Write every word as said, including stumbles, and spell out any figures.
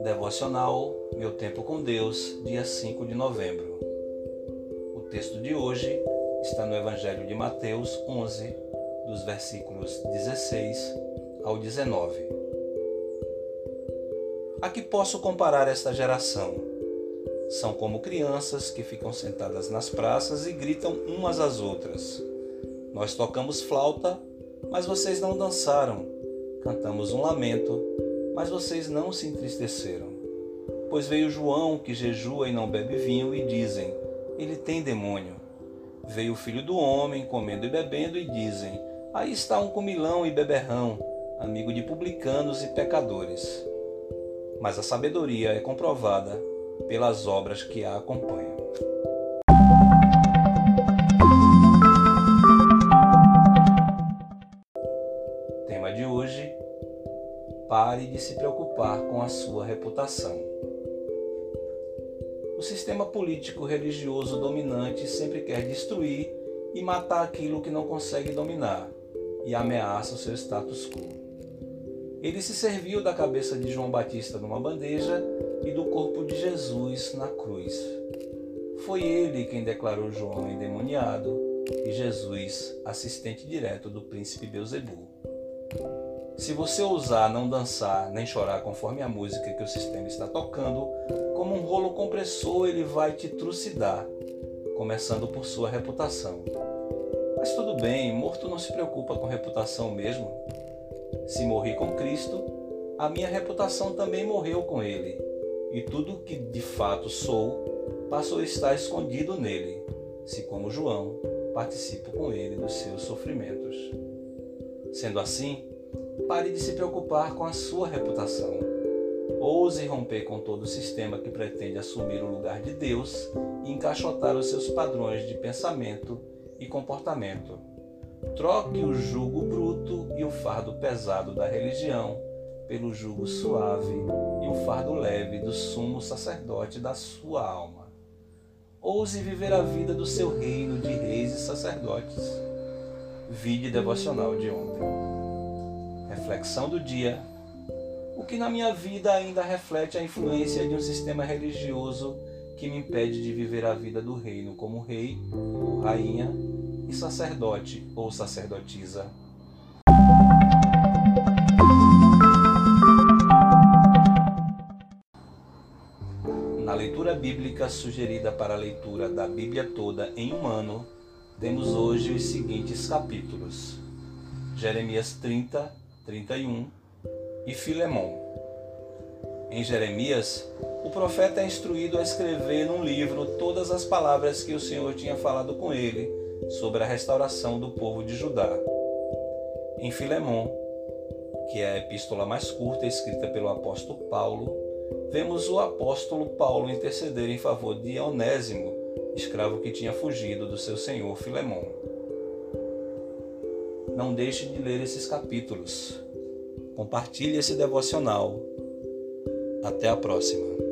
Devocional Meu Tempo com Deus, dia cinco de novembro. O texto de hoje está no Evangelho de Mateus onze, dos versículos dezesseis ao dezenove. A que posso comparar esta geração? São como crianças que ficam sentadas nas praças e gritam umas às outras. Nós tocamos flauta, mas vocês não dançaram. Cantamos um lamento, mas vocês não se entristeceram. Pois veio João, que jejua e não bebe vinho, e dizem, ele tem demônio. Veio o Filho do Homem, comendo e bebendo, e dizem, aí está um comilão e beberrão, amigo de publicanos e pecadores. Mas a sabedoria é comprovada pelas obras que a acompanham. Tema de hoje: pare de se preocupar com a sua reputação. O sistema político-religioso dominante sempre quer destruir e matar aquilo que não consegue dominar e ameaça o seu status quo. Ele se serviu da cabeça de João Batista numa bandeja e do corpo de Jesus na cruz. Foi ele quem declarou João endemoniado e Jesus assistente direto do príncipe Belzebu. Se você ousar não dançar nem chorar conforme a música que o sistema está tocando, como um rolo compressor ele vai te trucidar, começando por sua reputação. Mas tudo bem, morto não se preocupa com reputação mesmo. Se morri com Cristo, a minha reputação também morreu com Ele, e tudo o que de fato sou passou a estar escondido nele, se como João participo com Ele dos seus sofrimentos. Sendo assim, pare de se preocupar com a sua reputação. Ouse romper com todo o sistema que pretende assumir o lugar de Deus e encaixotar os seus padrões de pensamento e comportamento. Troque o jugo bruto e o fardo pesado da religião pelo jugo suave e o fardo leve do sumo sacerdote da sua alma. Ouse viver a vida do seu reino de reis e sacerdotes. Vide devocional de ontem. Reflexão do dia: o que na minha vida ainda reflete a influência de um sistema religioso que me impede de viver a vida do reino como rei ou rainha e sacerdote ou sacerdotisa? Na leitura bíblica sugerida para a leitura da Bíblia toda em um ano, temos hoje os seguintes capítulos: Jeremias trinta, trinta e um e Filemon. Em Jeremias, o profeta é instruído a escrever num livro todas as palavras que o Senhor tinha falado com ele sobre a restauração do povo de Judá. Em Filemon, que é a epístola mais curta escrita pelo apóstolo Paulo, vemos o apóstolo Paulo interceder em favor de Onésimo, escravo que tinha fugido do seu senhor Filemon. Não deixe de ler esses capítulos. Compartilhe esse devocional. Até a próxima.